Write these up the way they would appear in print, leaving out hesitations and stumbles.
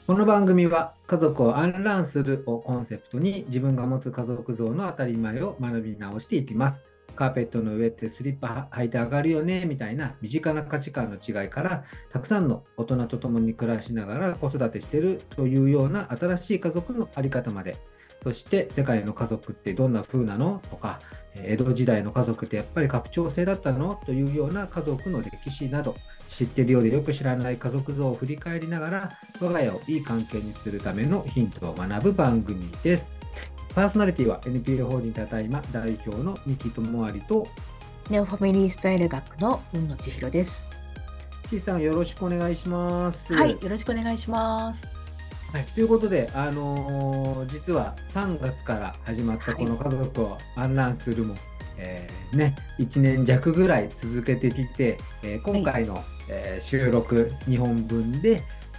この番組は家族をアンランするをコンセプトに自分が持つ家族像の当たり前を学び直していきます。カーペットの上ってスリッパ履いて上がるよねみたいな身近な価値観の違いから、たくさんの大人と共に暮らしながら子育てしているというような新しい家族のあり方まで、そして世界の家族ってどんな風なのとか、江戸時代の家族ってやっぱり家父長制だったのというような家族の歴史など、知っているようでよく知らない家族像を振り返りながら、我が家をいい関係にするためのヒントを学ぶ番組です。パーソナリティは NPO 法人ただいま代表の三木智有と、 ネオファミリースタイル学の雲野千尋です。 ちいさんよろしくお願いします。 はい、よろしくお願いします。 はい、ということで、実は3月から始まったはい、 この家族をアンするも、1年弱ぐらい続けてきて、 はい、 今回の、収録2本分で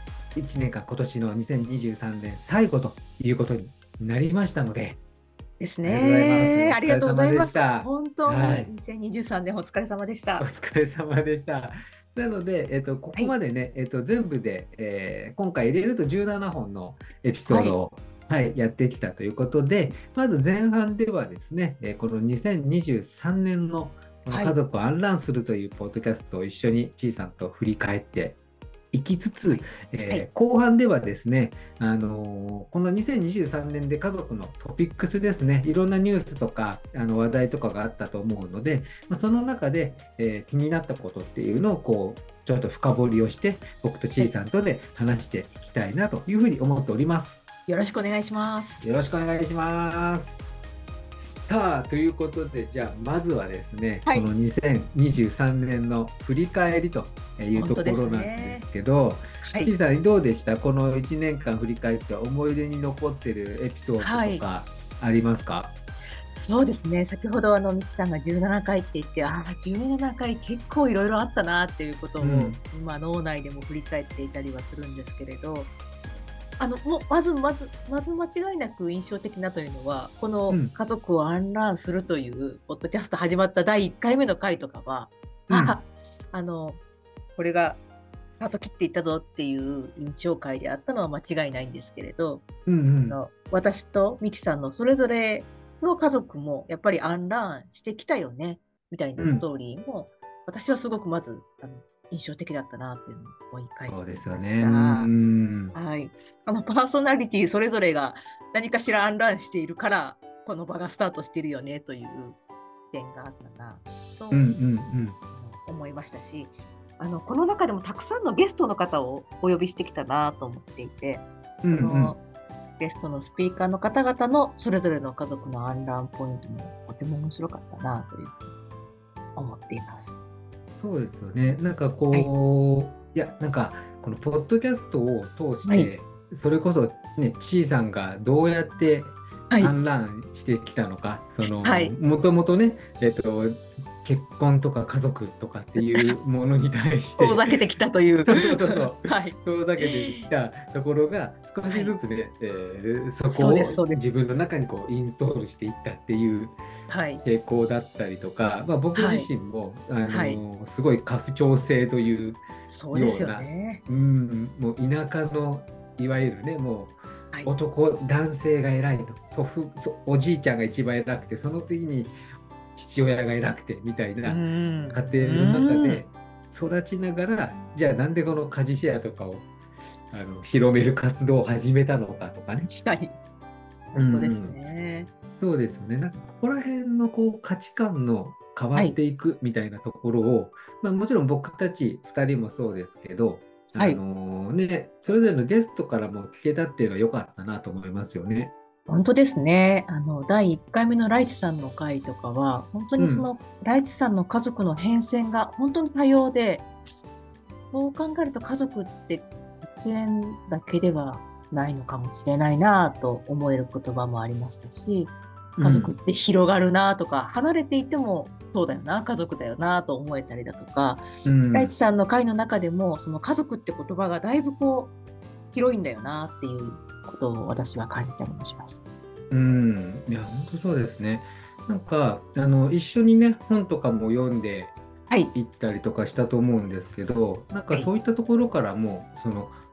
1年間、今年の2023年最後ということになりましたので、 ですありがとうございます。 ね。 お疲ありがとうござれ様でいます。 した。 本当にはい。 2023年お疲れ様でしおた。 疲れ様でした。なので、こはい、 こまでね、全部で、今回入れると17本のエピソはい、 ードを、はい、やってきたということで、まず前半ではですね、この2023年のこのはい、 家族を安楽するというポッドキャストを一緒にちいさんと振り返っていきつつ、 はい、はい、 後半ではですね、この2023年で家族のトピックスですね、いろんなニュースとか話題とかがあったと思うので、その中で、気になったことっていうのをちょっと深掘りをして、僕とちいはい。 さんとで話していきたいなというふうに思っております。 よろしくお願いします。 よろしくお願いします。さあ、ということで、じゃあ、まずはですね、このはい、 2023年の振り返りというと本当ですころなんでね。 すけど、 はい、 ちいさん、どうでしたこの1年間振り返って思い出に残ってるエピソードはい。 とかありますか？ そうですね。先ほどミキさんが17回って言って、17回結構いろいろあったなっていうことをうん、 今脳内でも振り返っていたりはするんですけれど、もうまず間違いなく印象的なというのは、このうん、 家族をアンラーンするというポッドキャスト始まった第1回目の回とかは、 うん、 あ、あの、これがスタート切っていったぞっていう印象回であったのは間違いないんですけれど、 うん、うん。 私とミキさんのそれぞれの家族もやっぱりアンラーンしてきたよね、みたいなスうんトーリーも、私はすごくまず印象的だったなっていうのを思い返しそうでてみましすよね。 た。はい。パーソナリティそれぞれが何かしらアンランしているから、この場がスタートしているよねという点があったなうん、うとん、 思いましたし、この中でもたくさんのゲストの方をお呼びしてきたなと思っていて、 うん、うん、うん。 そのゲストのスピーカーの方々のそれぞれの家族のアンランポイントもとても面白かったなというふうに思っています。 そうですよね。なんかはい。 なんかこのポッドキャストを通しはい。 て、それこそね、ちいさんがどうやってはい。 氾濫してきたのか、 はい。 もともとね、結婚とか家族とかっていうものに対して、 遠ざけてきたという。 そうそうそうそう、 はい。 遠ざけてきたところが少はい。 しずつね、そこそうです、 をそうです。 自分の中にインストールしていったっていうはい。 傾向だったりとか、僕自はい。 身も、 はい。 すごい家父長制というそうですよような、 ね。 もう田舎のいわゆるね、もはい。 う男性が偉いと、おじいちゃんが一番偉くて、その次に父親が偉くてみたいうーなん。う家庭の中ーん。 で育ちながら、じゃあなんでこの家事シェアとかを広める活動を始めたのかとかね。 確かに。 うん本当ですうん、 ね。 そうですよね。なんかここら辺の価値観の変わはい。 っていくみたいなところを、もちろん僕たち2人もそうですけど、 はい。 それぞれのゲストからも聞けたっていうのは良かったなと思いますよね。 本当ですね。第1回目のライチさんの回とかは、本当うん、 にそのライチさんの家族の変遷が本当に多様で、そう考えると家族って一円だけではないのかもしれないなと思える言葉もありましたし、家族っうん、 て広がるなとか、離れていてもそうだよな、家族だよなと思えたりだとか、 うん、 ライチさんの回の中でも、その家族って言葉がだいぶ広いんだよなっていうことを私は感じたりもしました。 うん。いや、本当そうですね。なんか、一緒にね、本とかも読んではい。 いったりとかしたと思うんですけど、なんかはい。 そういったところからも、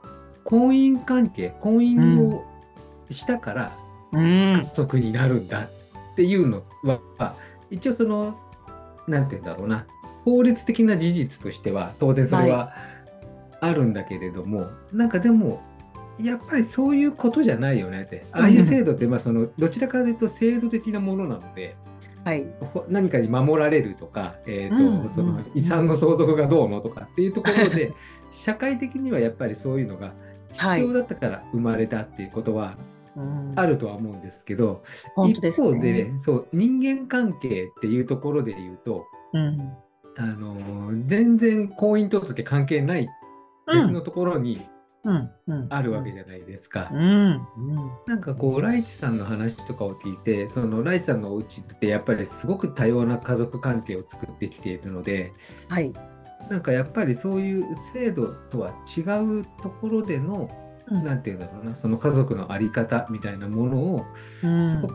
婚姻関係、婚うん、 姻をしたからう家ん、 族になるんだっていうのは、一応その、なんて言うんだろうな、法律的な事実としては当然それはい。 はあるんだけれども、なんかでも、やっぱりそういうことじゃないよねって、ああいううん、 制度って、まあ、そのどちらかというと制度的なものなので、 はい。 何かに守られるとか、 うん、 そのうん、 遺産うん。 の相続がどうのとかっていうところで、社会的にはやっぱりそういうのがはい。 必要だったから生まれたっていうことはうん、 あるとは思うんですけど、一本当ですね。 方で、そう、人間関係っていうところで言うと、 うん、 全然婚姻届関係ないうん、 別のところにうん、うん、 あるうん、 わけじゃないですか。 うん、うん。 なんかこう、ライチさんの話とかを聞いて、そのライチさんのお家ってやっぱりすごく多様な家族関係を作ってきているので、 はい。 なんかやっぱりそういう制度とは違うところでの、 うん、 なんていうんだろうな、その家族のあり方みたいなものをうん、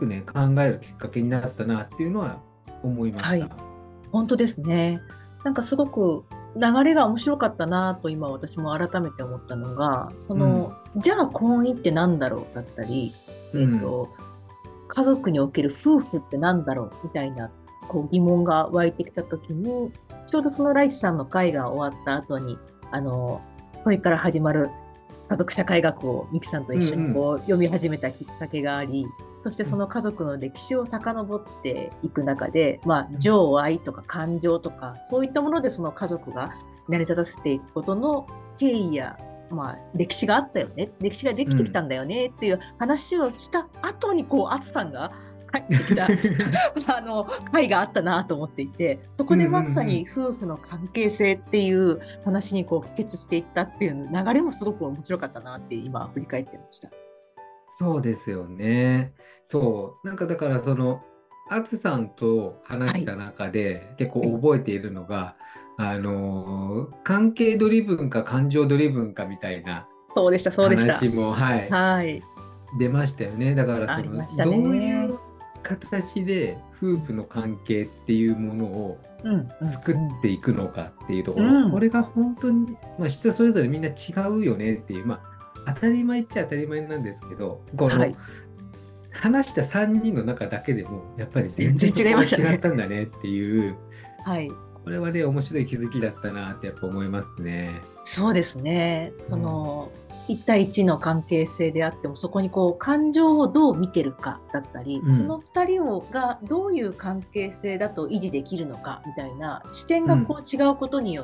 すごくね、考えるきっかけになったなっていうのは思いました。 はい。本当ですね。なんかすごく流れが面白かったなと今私も改めて思ったのが、 うん、 じゃあ婚姻って何だろうだったり、 うん、 家族における夫婦って何だろうみたいなこう疑問が湧いてきた時に、ちょうどそのライチさんの会が終わった後に、これから始まる家族社会学をミキさんとうん、 一緒にうん、 こう読み始めたきっかけがあり、そしてうん、 その家族の歴史を遡っていく中で、まあ、 うん、 情愛とか感情とか、そういったものでその家族が成り立たせていくことの経緯や、まあ、歴史があったよね、歴史ができてきたんだよねっていう話をした後に、こう、アツさんが入ってきた回があったなと思っていて、そうん、 こでまさうん。 に夫婦の関係性っていう話にこう帰結していったっていう流れもすごく面白かったなって今振り返ってました。 そうですよね。そう、なんかだからその、アツさんと話したはい。 中で結はい。 構覚えているのが、関係ドリブンか感情ドリブンかみたいなそうでした、そうでした。 話も、はい、 はい。 出ましたよね。だからあその、 りましたどういね。 う形で夫婦の関係っていうものをうん、うん、 作っうん。 ていくのかっていうところ、 うん、 これが本当に、まあ、人それぞれみんな違うよねっていう、まあ、当たり前っちゃ当たり前なんですけど、このはい。 話した3人の中だけでも、やっぱり全然そ全然違いこが違っましたね。 たんだねっていう、 はい。 これはね、面白い気づきだったなってやっぱ思いますね。 そうですね。 うん、 一対一の関係性であっても、そこにこう、感情をどう見てるかだったり、 うん、 その二人がどういう関係性だと維持できるのかみたいな視点うん、 がこう違うことによって、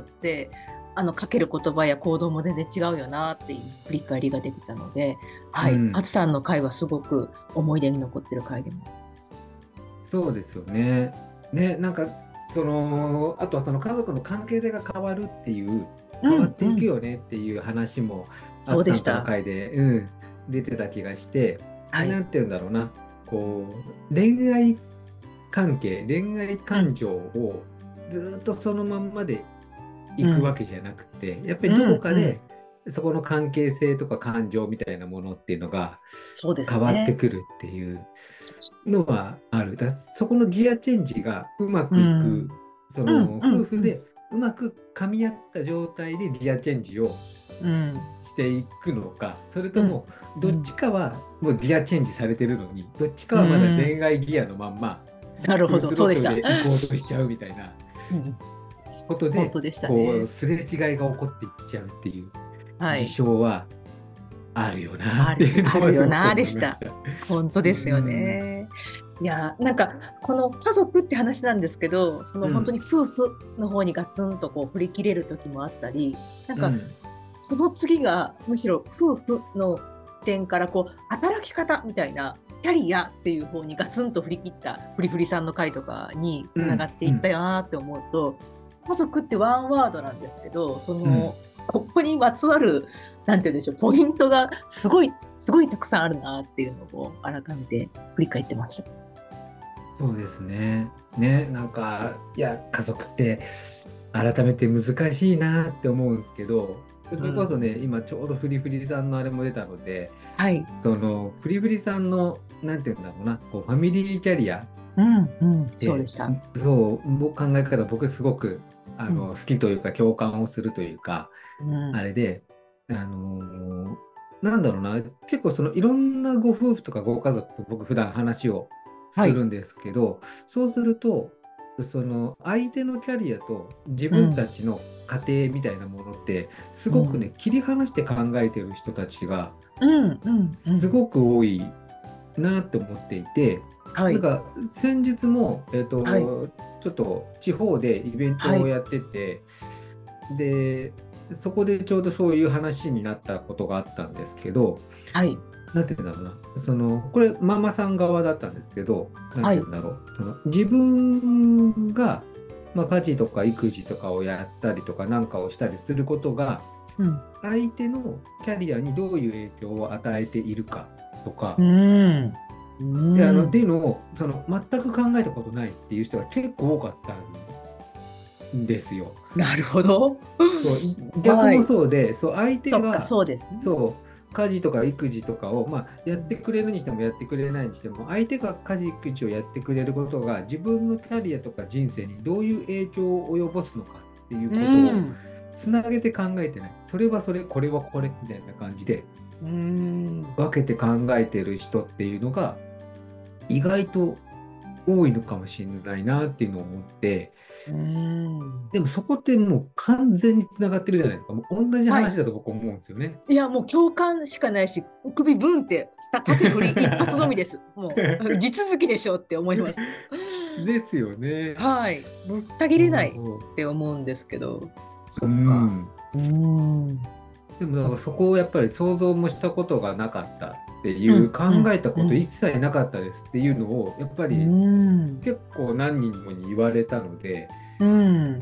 かける言葉や行動も全然違うよなっていう振り返りが出てたので、はい。 うん。 あつさんの回はすごく思い出に残ってる回でもあります。 そうですよね。ね、なんか、その、あとはその家族の関係性が変わるっていう、変わうん、うん。 っていくよねっていう話も、あそうつさんとのでした。 会で、出てた気がして、 はい。 なんて言うんだろうな、こう、恋愛関係、恋愛うん、 感情をずっとそのまんまでいくわうん、 けじゃなくて、やっぱりどこうん、 かでうん。 そこの関係性とか感情みたいなものっていうのがそうで変わってすね。 くるっていうのはある。そこのギアチェンジがうまうくいく、 ん、 そうん、 のうん、うん。 夫婦でうまく噛み合った状態でギアチェンジをうん、 していくのか、それうん、 ともどっうん、 ちかはもうギアチェンジされてるのに、どっちかうはまだん。 恋愛ギアのまんまなるほど、 フルスロットルそうでした。 で行こうとしちゃうみたいなうん、 ことで、 本当でしたこう、 ね。 すれ違いが起こっていっちゃうっていう事はい。 象はあるよなっていうあのはすごくるよな、でした。 思いました。 本当うですよん、 ね。いや、なんか、この家族って話なんですけど、その本当うん、 に夫婦の方にガツンとこう振り切れる時もあったり、なんか、 うん、 その次がむしろ夫婦の点からこう働き方みたいなキャリアっていう方にガツンと振り切ったフリフリさんの回とかにうん、 つながっていったうん、 よなって思うと、家族ってワンワードなんですけど、 うん。 ここにまつわるなんて言うんでしょう、ポイントがすごいすごいたくさんあるなっていうのを改めて振り返ってました。 そうですね。ね、なんか、いや、家族って改めて難しいなって思うんですけど、そうん、 れこそね、今ちょうどフリフリさんのあれも出たので、 はい。 そのフリフリさんの、なんて言うんだろうな、こうファミリーキャリアうん、うん、そうでで、 した。 そう、僕考え方、僕すごくうん、 好きというか共感をするというか、 うん、 あれで、あのなんだろうな、結構そのいろんなご夫婦とかご家族と僕普段話をはい。 するんですけど、そうすると、その相手のキャリアと自分たうん。 ちの家庭みたいなものってすうん。 ごくね、切り離して考えてる人たちがうん。うん。うん。 すごく多いなって思っていて、 はい。 なんか先日も、 はい。 ちょっと地方でイベントはい。 をやってて、で、そこでちょうどそういう話になったことがあったんですけど、 はい。 なんて言うんだろうな、これママさん側だったんですけど、なんはい。 て言うんだろう、自分が、まあ、家事とか育児とかをやったりとかなんかをしたりすることが、 うん。 相手のキャリアにどういう影響を与えているかとか、 うん。うっていうん。 のを全く考えたことないっていう人が結構多かったんですよ。 なるほど。 そう逆もはい。 そうで、そう相手そっか、 がそうですね。 家事とか育児とかを、まあ、やってくれるにしてもやってくれないにしても、相手が家事育児をやってくれることが自分のキャリアとか人生にどういう影響を及ぼすのかっていううことをん。 つなげて考えてない。それはそれ、これはこれみたいな感じでうん。 分けて考えてる人っていうのが意外と多いのかもしれないなっていうのを思って、 うん。 でもそこってもう完全につながってるじゃないですか。もう同じはい。 話だと僕思うんですよね。 いや、もう共感しかないし、首ブンって、縦振り一発のみです。もう、地続きでしょうって思います。 ですよね。 はい。ぶった切れないっそて思うんですけど、 う。うそっか。 ん。 うん。 でもだからそこをやっぱり想像もしたことがなかったっていううん、 考うん、 えたこと一うん。 切なかったですっていうのをやっぱうりん。 結構何人もに言われたので、 うん。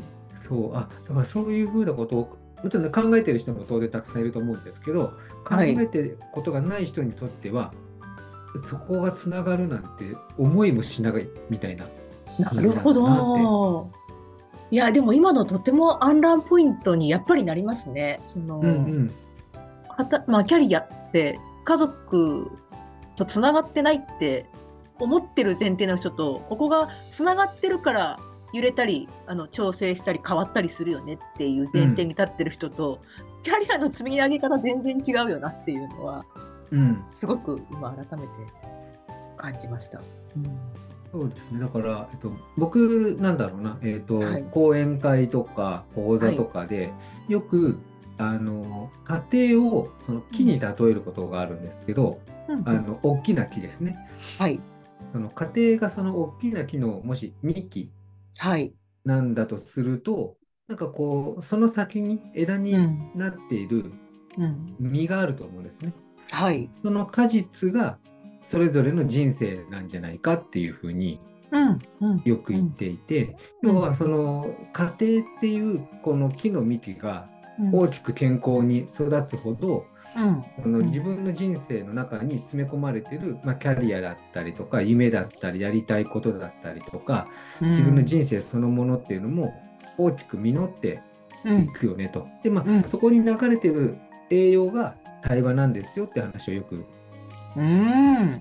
だからそういうふうなことをもちろんね考えてる人も当然たくさんいると思うんですけど、考はい。 えてることがない人にとってはそこがつながるなんて思いもしないみたいなな感じなんるほだなって。 ど。いや、でも今のとてもアンランポイントにやっぱりなりますね。 うんうん。 まあ、キャリアって家族とつながってないって思ってる前提の人と、ここがつながってるから揺れたり、調整したり変わったりするよねっていう前提にうん立ってる人と、キャリアの積み上げ方全然違うよなっていうのは、 うん。 すごく今改めて感じました。うん、 そうですね。だから、僕、なんだろうな、 はい。 講演会とか講座とはい。 かで、よく、家庭をその木にうん。 例えることがあるんですけど、 うん。うん。 大きな木ですね。 はい。 その家庭がその大きな木の、もし幹はい。 なんだとすると、なんかこう、その先に枝にうん。 なっているうん。 実があると思うんですね。 はい。 その果実がそれぞれの人生なんじゃないかっていうふうにうん。うん。 よく言っうん。 ていて、 うん。 要はその家庭っていうこの木の幹がうん。 大きく健康に育つほど、 うん。うん。 自分の人生の中に詰め込まれてる、まあ、キャリアだったりとか夢だったりやりたいことだったりとかう自分のん。 人生そのものっていうのも大きく実っていうん。 くよねと。で、まあ、 うん。 そこに流れてる栄養が対話なんですよって話をよくうん。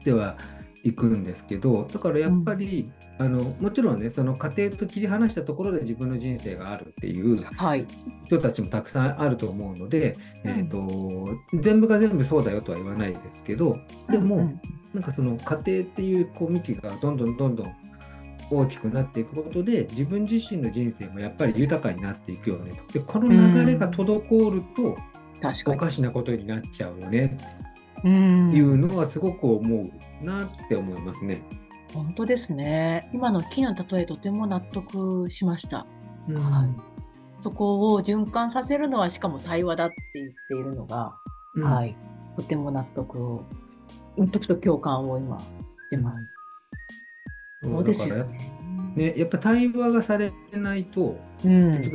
しては行くんですけど、だからやっぱうん。 りもちろんね、その家庭と切り離したところで自分の人生があるっていうはい。 人たちもたくさんあると思うので、 うん。 全部が全部そうだよとは言わないですけど、 うん。うでも、 ん。 なんかその家庭っていうこう幹がどんどんどんどん大きくなっていくことで、自分自身の人生もやっぱり豊かになっていくよねと。で、このう流れがん。 滞ると、 確かに。 おかしなことになっちゃうよねうっていうん。 のはすごく思うなって思いますね。 本当ですね。今の木の例えとても納得しました。 うはい。 ん。 そこを循環させるのはしかも対話だって言っているのが、 うん。 はい。とても納得と共感を今してます。 うん。そそうですうだからよね。 やっぱ対話がされないと、 うん。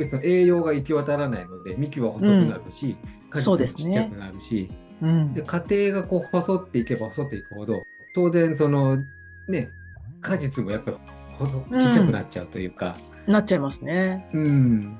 結局その栄養が行き渡らないので、幹は細くなうん。 るし、果そう実ですね。 もちっちゃくなるし、で、 うん。 家庭がこう細っていけば細っていくほど、当然ね、果実もやっぱりうちっちゃくなん。 っちゃうというか、 なっちゃいますね。 うん、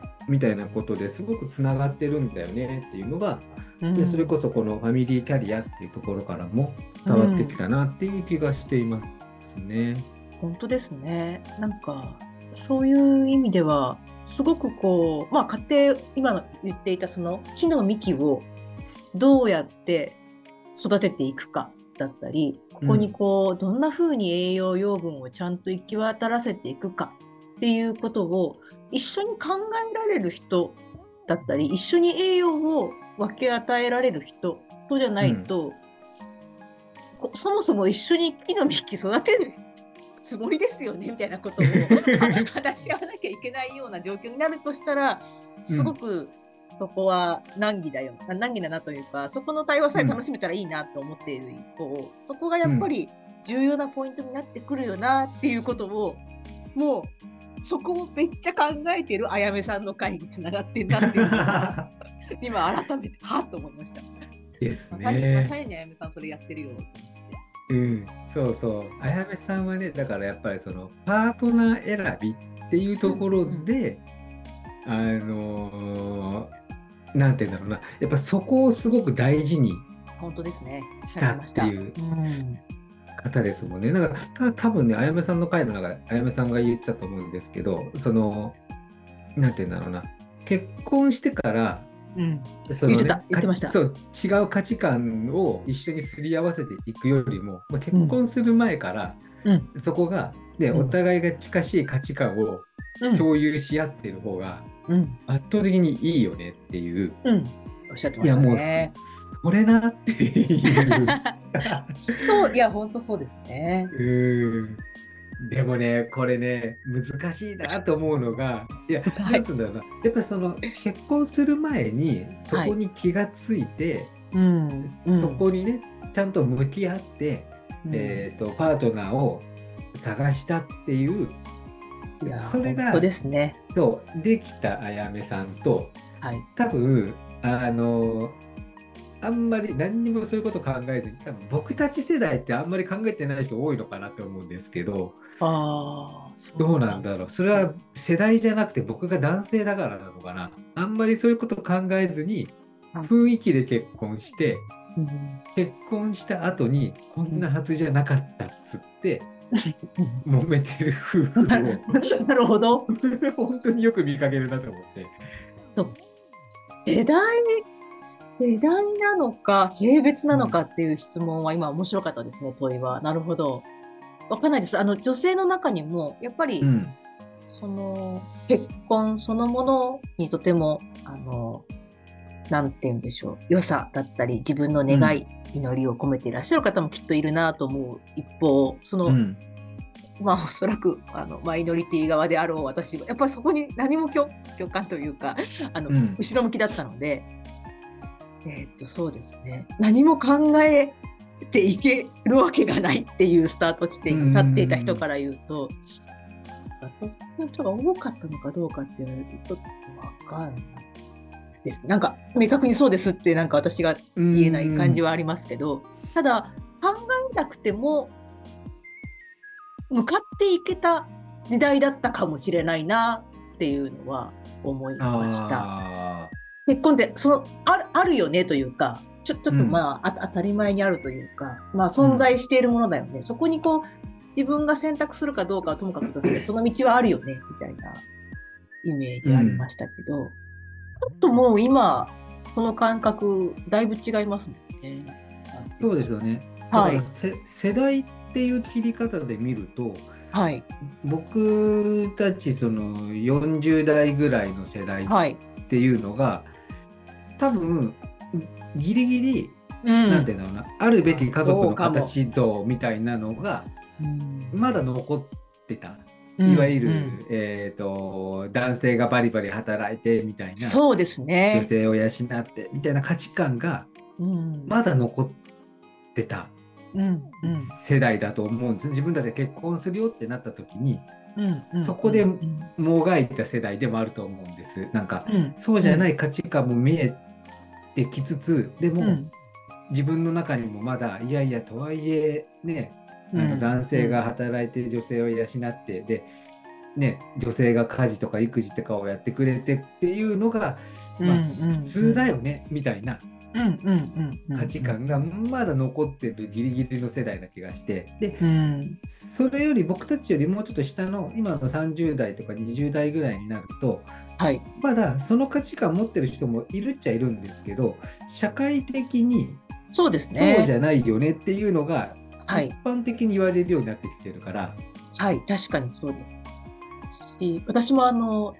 みたいなことですごくつながってるんだよねっていうのが、で、それうん。 こそこのファミリーキャリアっていうところからもう伝わってきん。 たなっていう気がしていますね。 本当ですね。なんか、そういう意味では、すごくこう、まあ、今の言っていたその木の幹をどうやって育てていくかだったり、ここにうん。 こうどんな風に栄養養分をちゃんと行き渡らせていくかっていうことを一緒に考えられる人だったり、一緒に栄養を分け与えられる人とじゃなうん。 いと、そもそも一緒に木の幹育てるつもりですよねみたいなことを話し合わなきゃいけないような状況になるとしたら、 うん。 すごくそこは難儀だよ、難儀だなというか、そこの対話さえ楽うん。 しめたらいいなと思っている一方、そこがやうん。 っぱり重要なポイントになってくるよなっていうことを、もうそこをめっちゃ考えているあやめさんの会につながってんなっていうのが今改めてはっと思いました。 ですまさね。 にあやめさんそれやってるよ。 うん。そうそう。あやめさんはね、だからやっぱりそのパートナー選びっていううんところうん、 で、あのなんて言うんだろうな、やっぱそこをすごく大事に本当ですね。されしたてました。 っていううん。 方ですもんね。なんか多分ね、あやめさんの回の中で、あやめさんが言ってたと思うんですけど、その、なんて言うんだろうな、結婚してから、 うん。 そのね、 言ってました。 そう、違う価値観を一緒にすり合わせていくよりも、もう結うん。 婚する前から、 うん。 そこが、ね、おうん。 互いが近しい価値観をうん。 共有し合っている方がうん。 圧倒的にいいよねっていう、 うん。おっしゃってましいや、もうたね。 それなっていう。 そう、いや、本当そうですね。 うーん。でもね、これね、難しいなと思うのが、いや、 はい。 なんつうんだろうな、やっぱりその結婚する前に、そはい。 こに気がついて、 うん。うそん。 こにね、ちゃんと向き合って、 うん。 パートナーを探したっていう、 いや、本当それが、 ですね。 そう、できたあやめさんと、 はい。 多分、あんまり何にもそういうこと考えずに、多分僕たち世代ってあんまり考えてない人多いのかなって思うんですけど、 ああ、 どうそうなんでなんだろう。それす。 は世代じゃなくて僕が男性だからなのかな。あんまりそういうこと考えずに、 はい。 雰囲気で結婚して、 うん。 結婚した後にこんうん。 なはずじゃなかったっつってうん。 揉めてる夫婦をなるほど。 本当によく見かけるなと思って。 と世代、世代なのか、性別なのかうん。 っていう質問は今面白かったですね、問いは。なるほど。わかんないです。女性の中にも、やっぱり、 うん。 結婚そのものにとても、なんて言うんでしょう、良さだったり、自分のうん。 願い、祈りを込めていらっしゃる方もきっといるなと思う一方、 うん。 まあ、おそらく、マイノリティ側であろう私は、やっぱりそこに何も共感というか、 うん。 後ろ向きだったので、そうですね。何も考えていけるわけがないっていうスタート地う点に立っていた人ん。 から言うと、そういう人が多かったのかどうかって言われると、ちょっとわかんないです。なんか、明確にそうですってなんか私がう言えない感じん。 はありますけど、ただ、考えなくても向かっていけた時代だったかもしれないなっていうのは思いました。 ああ。 結婚ってあるよねというか、ちょっとうん。 当たり前にあるというか、まあ存うん。 在しているものだよね。そこにこう、自分が選択するかどうかはともかくとして、その道はあるよね、みたいなイメージありまうん。 したけど、ちょっともう今、この感覚、だいぶ違いますもんね。なんていうそうでか。 すよね。だからはい。 世代っていう切り方で見ると、 はい。 僕たちその40代ぐらいの世代っはい。 ていうのが、多分ギリギリ、 うなんていん。 うんだろうな、あるべあ、 き家族のそうかも。 形像みたいなのがうん。 まだ残ってた。いわうん。うん。 ゆる、男性がバリバリ働いてみたいな、 そうですね。 女性を養ってみたいな価値観がうん。 まだ残ってたうん。うん。 世代だと思うんです。自分たちが結婚するよってなった時に、 うん。うん。うそこでん。 もがいた世代でもあると思うんです。なんか、 うん。 そうじゃなうん。 い価値観も見えてきつつ、でも、 うん。 自分の中にもまだ、いやいや、とはいえ、ね、 うん。 男性がうん。 働いて女性を養って、で、ね、女性が家事とか育児とかをやってくれてっていうのが、 うん。 まあ、 うん。う普通だん。 よね、みたいなうん。うん。うん。 価値観がまだ残ってるギリギリの世代な気がして、で、 うん。 それより僕たちよりもうちょっと下の今の30代とか20代ぐらいになると、 はい。 まだその価値観を持ってる人もいるっちゃいるんですけど、社会的にそうですそうじね。 ゃないよねっていうのが一はい。 般的に言われるようになってきてるから。 はい。確かにそうですし、私も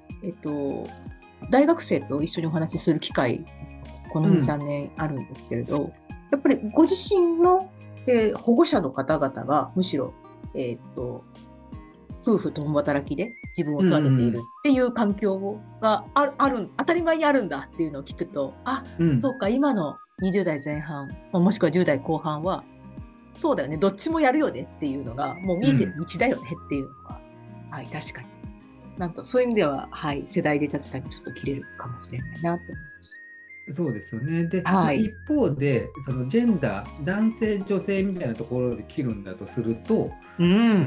大学生と一緒にお話しする機会、この2、 うん、 3年あるんですけれど、やっぱりご自身の、保護者の方々がむしろ、えっと、夫婦共働きで自分をうん、う育てているん、 っていう環境が当たり前にあるんだっていうのを聞くと、あ、 うん、 そうか、今の20代前半、もしくは10代後半は、そうだよね、どっちもやるよねっていうのが、もう見えてるうん。 道だよねっていうのは、はい、確かに。なんと、そういう意味では、はい、世代で確かにちょっと切れるかもしれないなと思います。 そうですよね。で、まあ、 はい。 一方で、そのジェンダー、男性、女性みたいなところで切るんだとすると、 うん。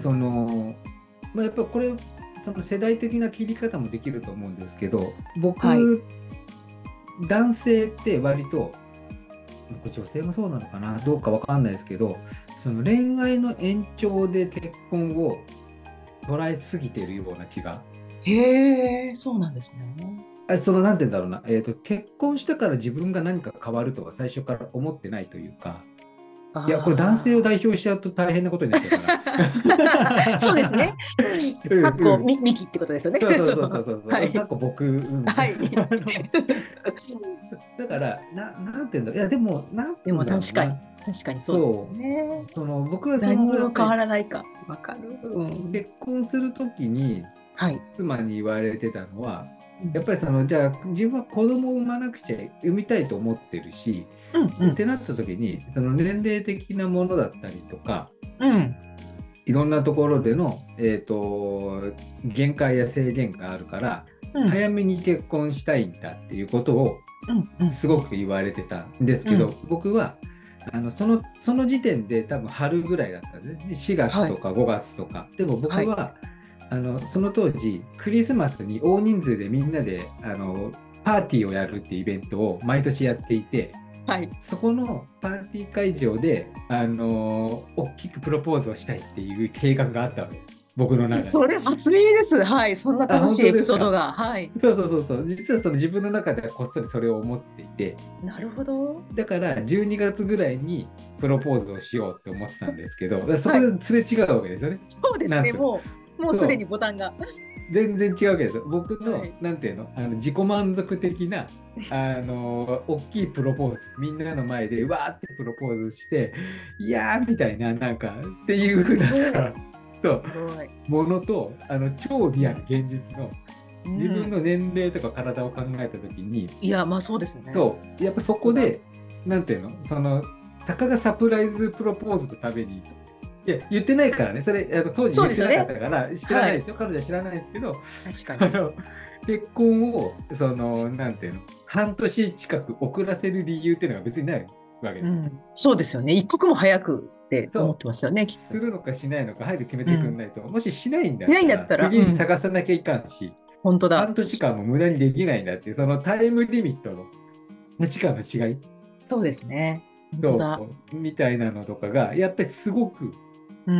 その、まあ、やっぱこれ、その世代的な切り方もできると思うんですけど、 はい。 僕、男性って割と、女性もそうなのかな、どうかわかんないですけど、その恋愛の延長で結婚を捉えすぎてるような気が。 へえ、そうなんですね。 その、なんて言うんだろうな、結婚したから自分が何か変わるとは最初から思ってないというか、いや、これ男性をああ。 代表しちゃうと大変なことになっちゃうかそうですね。 ら。うんかっこ、 うん。 ミキってことですよね。 そうそうそう。 そうそうそうそう。過はい。 去僕、うん。 はい。 だから、なんて言うんだろう。いや、でも、なんでもつうんだろう確かに、 な。 確かにそうですそう。 ね。 僕は何にも変わやっぱりらないか。わかる。うん。 結婚するときにはい。 妻に言われてたのは、 うん。 やっぱりじゃあ自分は子供を産まなくちゃ、産みたいと思ってるし、 うん。うん。 ってなった時に、その年齢的なものだったりとか、 うん。 いろんなところでの、限界や制限があるから、 うん。 早めに結婚したいんだっていうことをうん。うん。 すごく言われてたんですけど、 うん。 僕はその時点で多分春ぐらいだったんですね。4月はい。 とか5月とか。でもはい。 僕はその当時クリスマスに大人数でみんなでパーティーをやるっていうイベントを毎年やっていて、 はい。 そこのパーティー会場で、大きくプロポーズをしたいっていう計画があったわけです。僕の中で。 それ初耳です。はい。そんなあ、本楽しいエピ当ですか。 ソードが。はい。 そうそうそうそう。実はその自分の中ではこっそりそれを思っていて、 なるほど。 だから12月ぐらいにプロポーズをしようって思ってたんですけど、そこはい。 ですれ違うわけですよね。 そうですね。 なんつうの。 もうすでにそう。 ボタンが。 全然違うわけですよ。僕の、 はい。 なんていうの、自己満足的な、大きいプロポーズ、みんなの前で、わーってプロポーズして、いやーみたいな、なんか、っていうふうなすごい。 さ、そう、 すごい。 ものと、超リアル、現実の、 う自分のん。 年齢とか体を考えたときに、 いや、まあそうですね。 そう、やっぱそこ本当だ。 で、なんていうの、たかがサプライズプロポーズのために、いや、言ってないからね、それ、当時言ってなかっそうですよね。 たから知らなはい。 いですよ、彼女は知らないですけど、 確かに。 あの、結婚を、なんていうの、半年近く遅らせる理由っていうのが別にないわけですよ。 うん。そうですよね。一刻も早くって思っそう、 てますよね、きっと。 するのかしないのか早く決めてくんうん。 ないと、もししないんだしないんったら、 だったら、う次ん。 探さなきゃいかんし、 本当だ。 半年間も無駄にできないんだっていう、そのタイムリミットの時間の違いそうですね。本当だ。 と、みたいなのとかが、やっぱりすごくうん。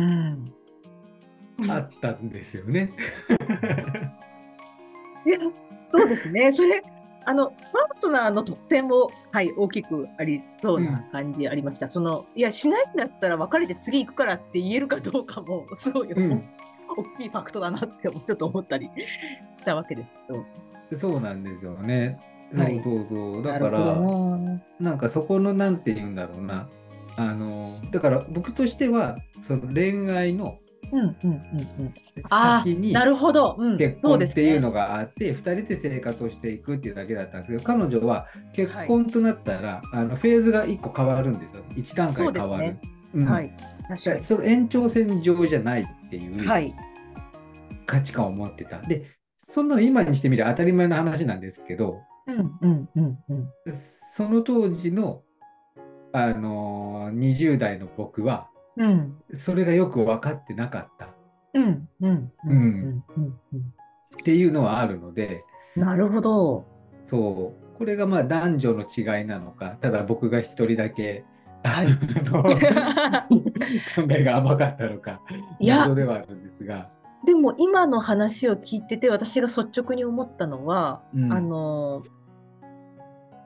あったんですよね。 いや、そうですね。それ、パートナーの特典も、はい、大きくありそううん、 な感じありました。いや、しないんだったら別れて次行くからって言えるかどうかも、すごいうん、 大きいファクトだなってちょっと思ったりしたわけですけど。 そうなんですよね。そうはい。 そうそう。だなるほどから、 な。 なんかそこのなんて言うんだろうな。だから僕としては、その恋愛のうん、うん、うん、うん。ああ、な先にるほど。うん、 結そう婚っていうですね。 のがあって、2人で生活をしていくっていうだけだったんですけど、彼女は結はい。 婚となったら、フェーズが1個変わるんですよ。1段そう階変わる。 ですね。 うん。 はい。確かに。 その延長線上じゃないっていうはい。 価値観を持ってた。で、そんなの今にしてみれば当たり前の話なんですけど、 うん、うん、うん、うん。 その当時の、20代の僕は、 うん、 それがよく分かってなかった。 うん、うん、うん、ううん。 ん、うん。うん。 っていうのはあるので、 なるほど。 そう、これがまあ男女の違いなのか、ただ僕が一人だけ、 はい。 の考えが甘かったのか、 いや、 謎ではあるんですが、 でも今の話を聞いてて、私が率直に思ったのは、 うん、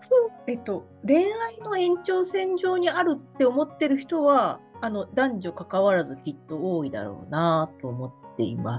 恋愛の延長線上にあるって思ってる人は、男女関わらずきっと多いだろうなと思っています。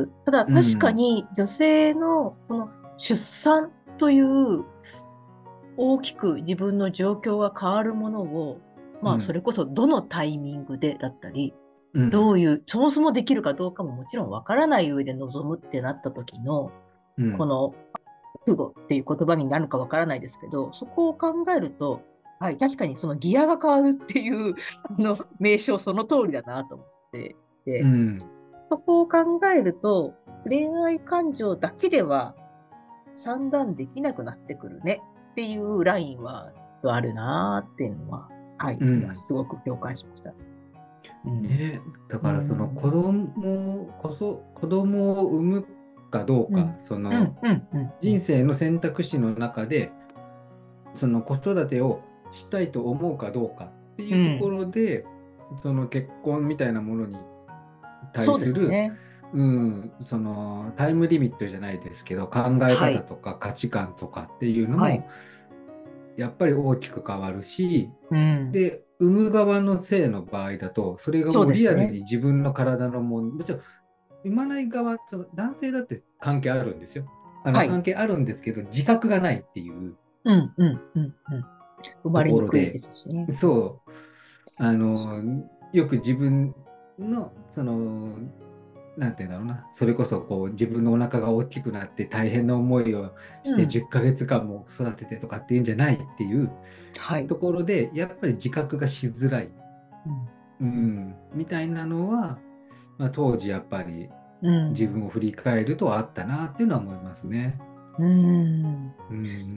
ただう確かん、 に女性のその出産という大きく自分の状況が変わるものを、まあそうん、 れこそどのタイミングでだったり、 うん、 どういう、そもそもできるかどうかももちろんわからない上で臨むってなった時の、 うん、 この覚悟っていう言葉になるかわからないですけど、そこを考えると、はい、確かにそのギアが変わるっていう名称その通りだなと思ってで、 うん、 そこを考えると、恋愛感情だけでは算段できなくなってくるねっていうラインはあるなっていうのは、はい、今うん。 すごく共感しました。うん。 ね、だうからそのん。 子供を産むかどうか、 うん。 そのうん。うん。うん。うん。 人生の選択肢の中で、その子育てをしたいと思うかどうかっていうとこうん。 ろで、その結婚みたいなものに対そうでする、 すね。 そのタイムリミットじゃないですけど、考えはい。 方とか価値観とかっていうのはい。 もやっぱり大きく変わるし、 うん。 で、産む側の性の場合だと、それがそうもうリアルですね。 に自分の体のもちろん産まない側、その男性だって関係あるんですよ。 はい。 関係あるんですけど、自覚がないっていううん。うん。うん。うん。生とまれにくいでころで、 すしね。 そう、よく自分の、その、なんていうんだろうな、それこそこう自分のお腹が大きくなって大変な思いをしてうん。 10ヶ月間も育ててとかっていうんじゃないっていうはい。 ところで、やっぱり自覚がしづらい、 うん。 みたいなのは、まあ、当時やっぱりうん。 自分を振り返るとあったなっていうのは思いますね。 うん。 うん、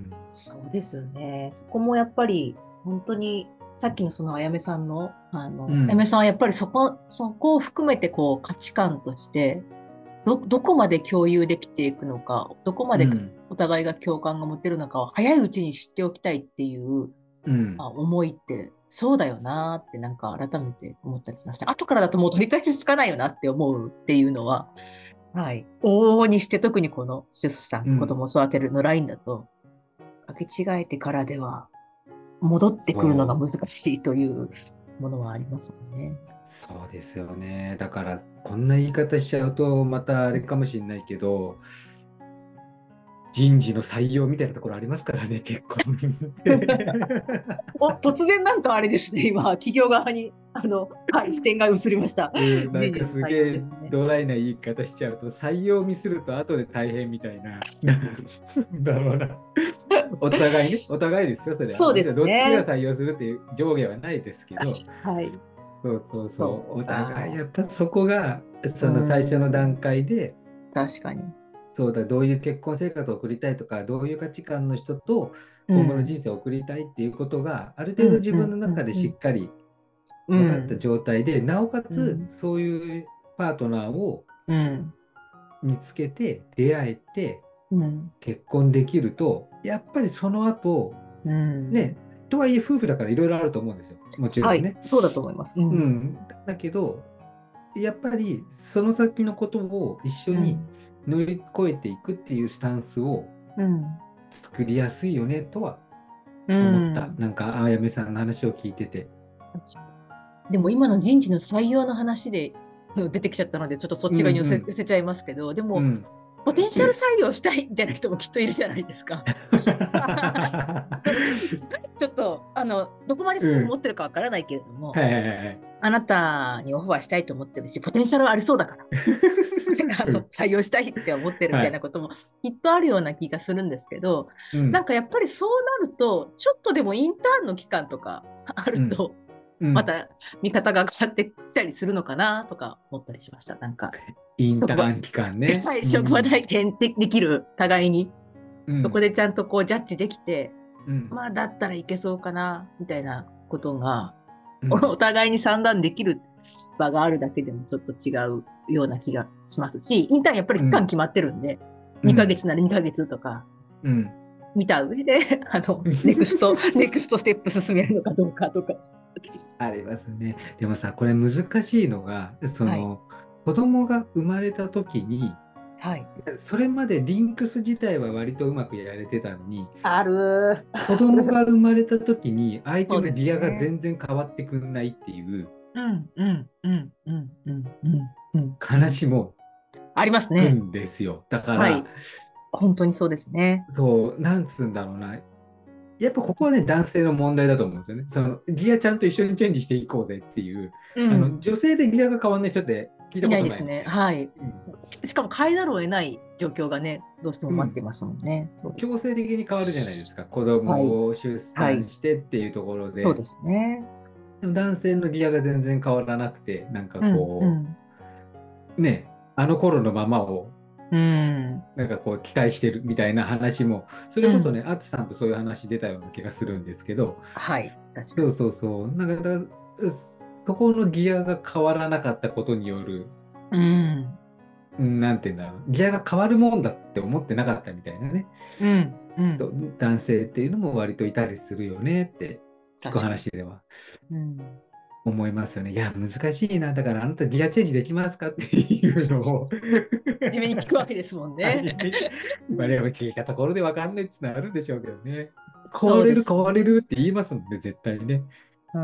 そうですね。そこもやっぱり、本当に、さっきのそのあやめさんの、あやめうん、 さんはやっぱりそこを含めてこう価値観として、どこまで共有できていくのか、どこまでうん、 お互いが共感が持てるのかを早いうちに知っておきたいっていう、 うん、 思いって、そうだよなってなんか改めて思ったりしました。後からだともう取り返しつかないよなって思うっていうのは、はい。往々にして特にこの出産、子うん。 供を育てるのラインだと、書き違えてからでは戻ってくるのがそう、 難しいというものはありますよね。 そうですよね。だから、こんな言い方しちゃうと、またあれかもしれないけど、人事の採用みたいなところありますからね、結構。 突然なんかあれですね、今、企業側に、はい、視点が移りました。 うん、なんか人事の採用すげえですね。 ドライな言い方しちゃうと、採用ミスると後で大変みたいな。なんだろうな。お互いね、お互いですよ、それは。 そうでもちろんどっちがすね。 採用するっていう上下はないですけど、 はい。 そうそうそう、 そうお互い、 か。 やっぱそこが、 うその最初の段ん。 階で、 確かに。 そうだ、どういう結婚生活を送りたいとか、どういう価値観の人と今後のうん。 人生を送りたいっていうことがある程度うん、うん、 自分のうん、 中でしっうん。 かりう分かったん。 状態で、なおかつうん。 そういうパートナーをうん。 見つけて出会えてうん。 結婚できると、やっぱりその後、 うん。 ね、とはいえ夫婦だからいろいろあると思うんですよ。もちろはい。 んね。 そうだと思います。うん。 うん。だけど、やっぱりその先のことを一緒にうん。 乗り越えていくっていうスタンスをうん。 作りやすいよねとはう思った。 ん。 なんか、あやめさんの話を聞いてて。 でも今の人事の採用の話で出てきちゃったので、ちょっとそっうんち側にうん。 寄せちゃいますけど、でも、 うん。 ポテンシャル採用したいみたいな人もきっといるじゃないですか。ちょっと、どこまでスキル持うん。 ってるかわからないけれども、 はいはいはいはい。 あなたにオファーしたいと思ってるし、ポテンシャルはありそうだから、 うん。 採用したいって思ってるみはい。 たいなこともきっとあるような気がするんですけど、 うん。 なんかやっぱりそうなると、ちょっとでもインターンの期間とかあうん。 ると、 うん。 また見方が変わってきたりするのかなとか思ったりしました。なんか、 インタ職場、 ーン期間ね。 はい、 う職場ん。 体験できる互いに、 うん。 そこでちゃんとこうジャッジできて、 うん。 まあだったらいけそうかな、みたいなことが、 うん。 お互いに算段できる場があるだけでもちょっと違うような気がしますし、インターンやっぱりうん。 期間決まってるんで、2ヶうん。 月なら2ヶ月とか、 うん。 見た上で、ネクストステップ進めるのかどうかとか。 ありますね。でもさ、これ難しいのが、そはい。 の子供が生まれた時に、 はい。 それまでリンクス自体は割とうまくやれてたのに、 ある。 子供が生まれた時に相手そうですのギアがね。 全然変わってくんないっていううんうんうんうんうんうんうんうん。 話もありますね。 聞くんですよ。だから、 はい。本当にそうですね。 そう、なんつうんだろうな。やっぱここはね、男性の問題だと思うんですよね。そのギアちゃんと一緒にチェンジしていこうぜっていう、 うん。 女性でギアが変わんない人って聞いたいこないですね。 とないので、 はい。 うん、 しかも変えざるを得ない状況がね、どうしてもうん、 待ってますもんね。そうです。 強制的に変わるじゃないですか。子はい。 供を出はい。 産してっていうところで。 そうですね。 でも男性のギアが全然変わらなくて、なんかうん、うこん、 う、ね、あの頃のままをうん、 なんかこう期待してるみたいな話も、それこそね、 うん。 アツさんとそういう話出たような気がするんですけど、 はい。確かそうに。 そうそう、なんかそこのギアが変わらなかったことによる、 うん、 なんていうんだろう、ギアが変わるもんだって思ってなかったみたいなね、 うん、うん。 男性っていうのも割といたりするよねって聞く確かに。 話ではうん。 思いますよね。いや、難しいな。だからあなたギアチェンジできますかっていうのを初めに聞くわけですもんね。 初めに、まあ、でも聞いたところで分かんないってのはあるんでしょうけどね。変そうわれる、 ですね。 変われるって言いますもんね、絶対ね。 うん。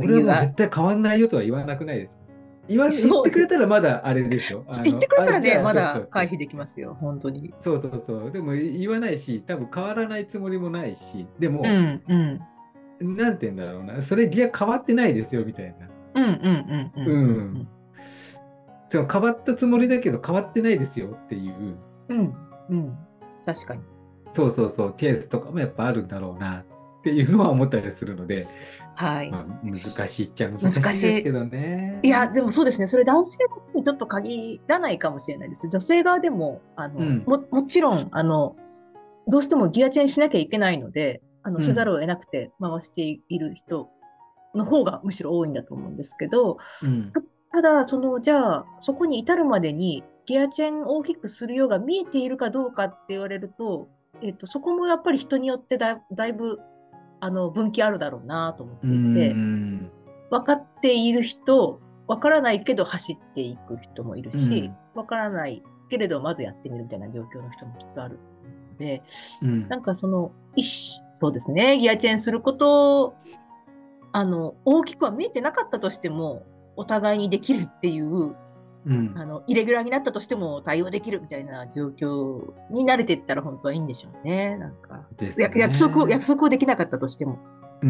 俺はもう絶対変わんないよとは言わなくないですか。言っそうです。 てくれたらまだあれですよ。 言ってくれたらね、 じゃあまちょっとって。 だ回避できますよ。本当に。 そうそうそう。でも言わないし、多分変わらないつもりもないし、でも、 うん、うん。 なんて言うんだろうな。それギア変わってないですよ、みたいな。 うん、うん、うん、 ううん、うん。 ん。 その変わったつもりだけど変わってないですよっていう、 うん、うん。確かに。 そうそうそう、ケースとかもやっぱあるんだろうなっていうのは思ったりするので、 はい。 まあ、難しいっちゃ難しい難しい。 ですけどね。 いや、でもそうですね。それ男性だけにちょっと限らないかもしれないです。女性側でも、 うん、 もちろん、どうしてもギアチェンしなきゃいけないので、せざうん、 るを得なくて回している人の方がむしろ多いんだと思うんですけど、 うん、 ただ、じゃあ、そこに至るまでにギアチェンを大きくするようが見えているかどうかって言われると、そこもやっぱり人によってだいぶ、分岐あるだろうなと思っうていて、 ん、 分かっている人、分からないけど走っていく人もいるし、 うん、 分からないけれどまずやってみるみたいな状況の人もきっとあるので、 うん、 なんかそうですね、ギアチェンすることを、大きくは見えてなかったとしても、お互いにできるっていう、 うん、 イレギュラーになったとしても対応できるみたいな状況に慣れていったら本当はいいんでしょうね。なんか、 ですね。 約束をできなかったとしても。 うん。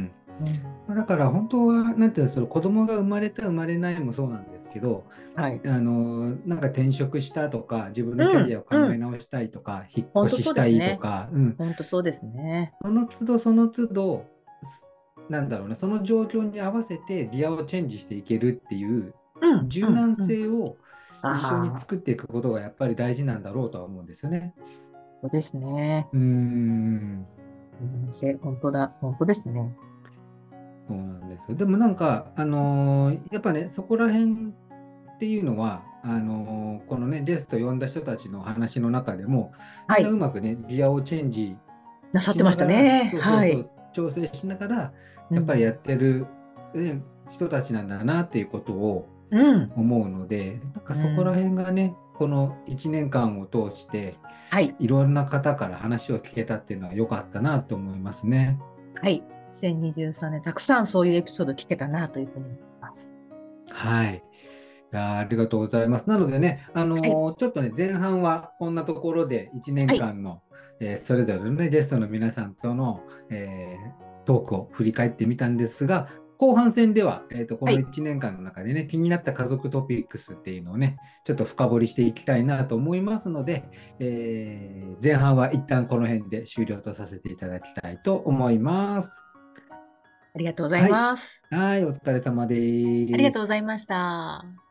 うん、 だから本当は、なんていうの、その子供が生まれた、生まれないもそうなんですけど、 はい。 なんか転職したとか、自分のキャうん、 リアを考えうん。 直したいとか、引っ本当そう越ししたいとですね。 か、うん、 本当そうですね。 その都度その都度、なんだろうな、その状況に合わせてギアをチェンジしていけるっていううん、うん、 柔軟うん。 性を一緒にああ、 作っていくことがやっぱり大事なんだろうとは思うんですよね。 そうですね。 うーん、 本当だ。本当ですね。 そうなんですよ。でもなんか、やっぱね、そこら辺っていうのは、このね、ゲスト呼んだ人たちの話の中でも、みんなはい。 うまくね、ギアをチェンジしなさってましたながら、 ね。はい。 調整しながら、 うん。 やっぱりやってる、人たちなんだなっていうことをうん。 思うので、なんかそこらうん。 辺がね、この1年間を通して、 はい。 いろんな方から話を聞けたっていうのは良かったなと思いますね。 はい。2023年、たくさんそういうエピソード聞けたなというふうに思います。 はい。ありがとうございます。なのでね、 はい。 ちょっとね、前半はこんなところで1年はい。 間の、それぞれの、ね、ゲストの皆さんとの、トークを振り返ってみたんですが、後半戦では、このはい。 1年間の中でね、気になった家族トピックスっていうのをね、ちょっと深掘りしていきたいなと思いますので、前半は一旦この辺で終了とさせていただきたいと思います。 ありがとうございはい。 ます。 はい、お疲れ様ありがです。 とうございました。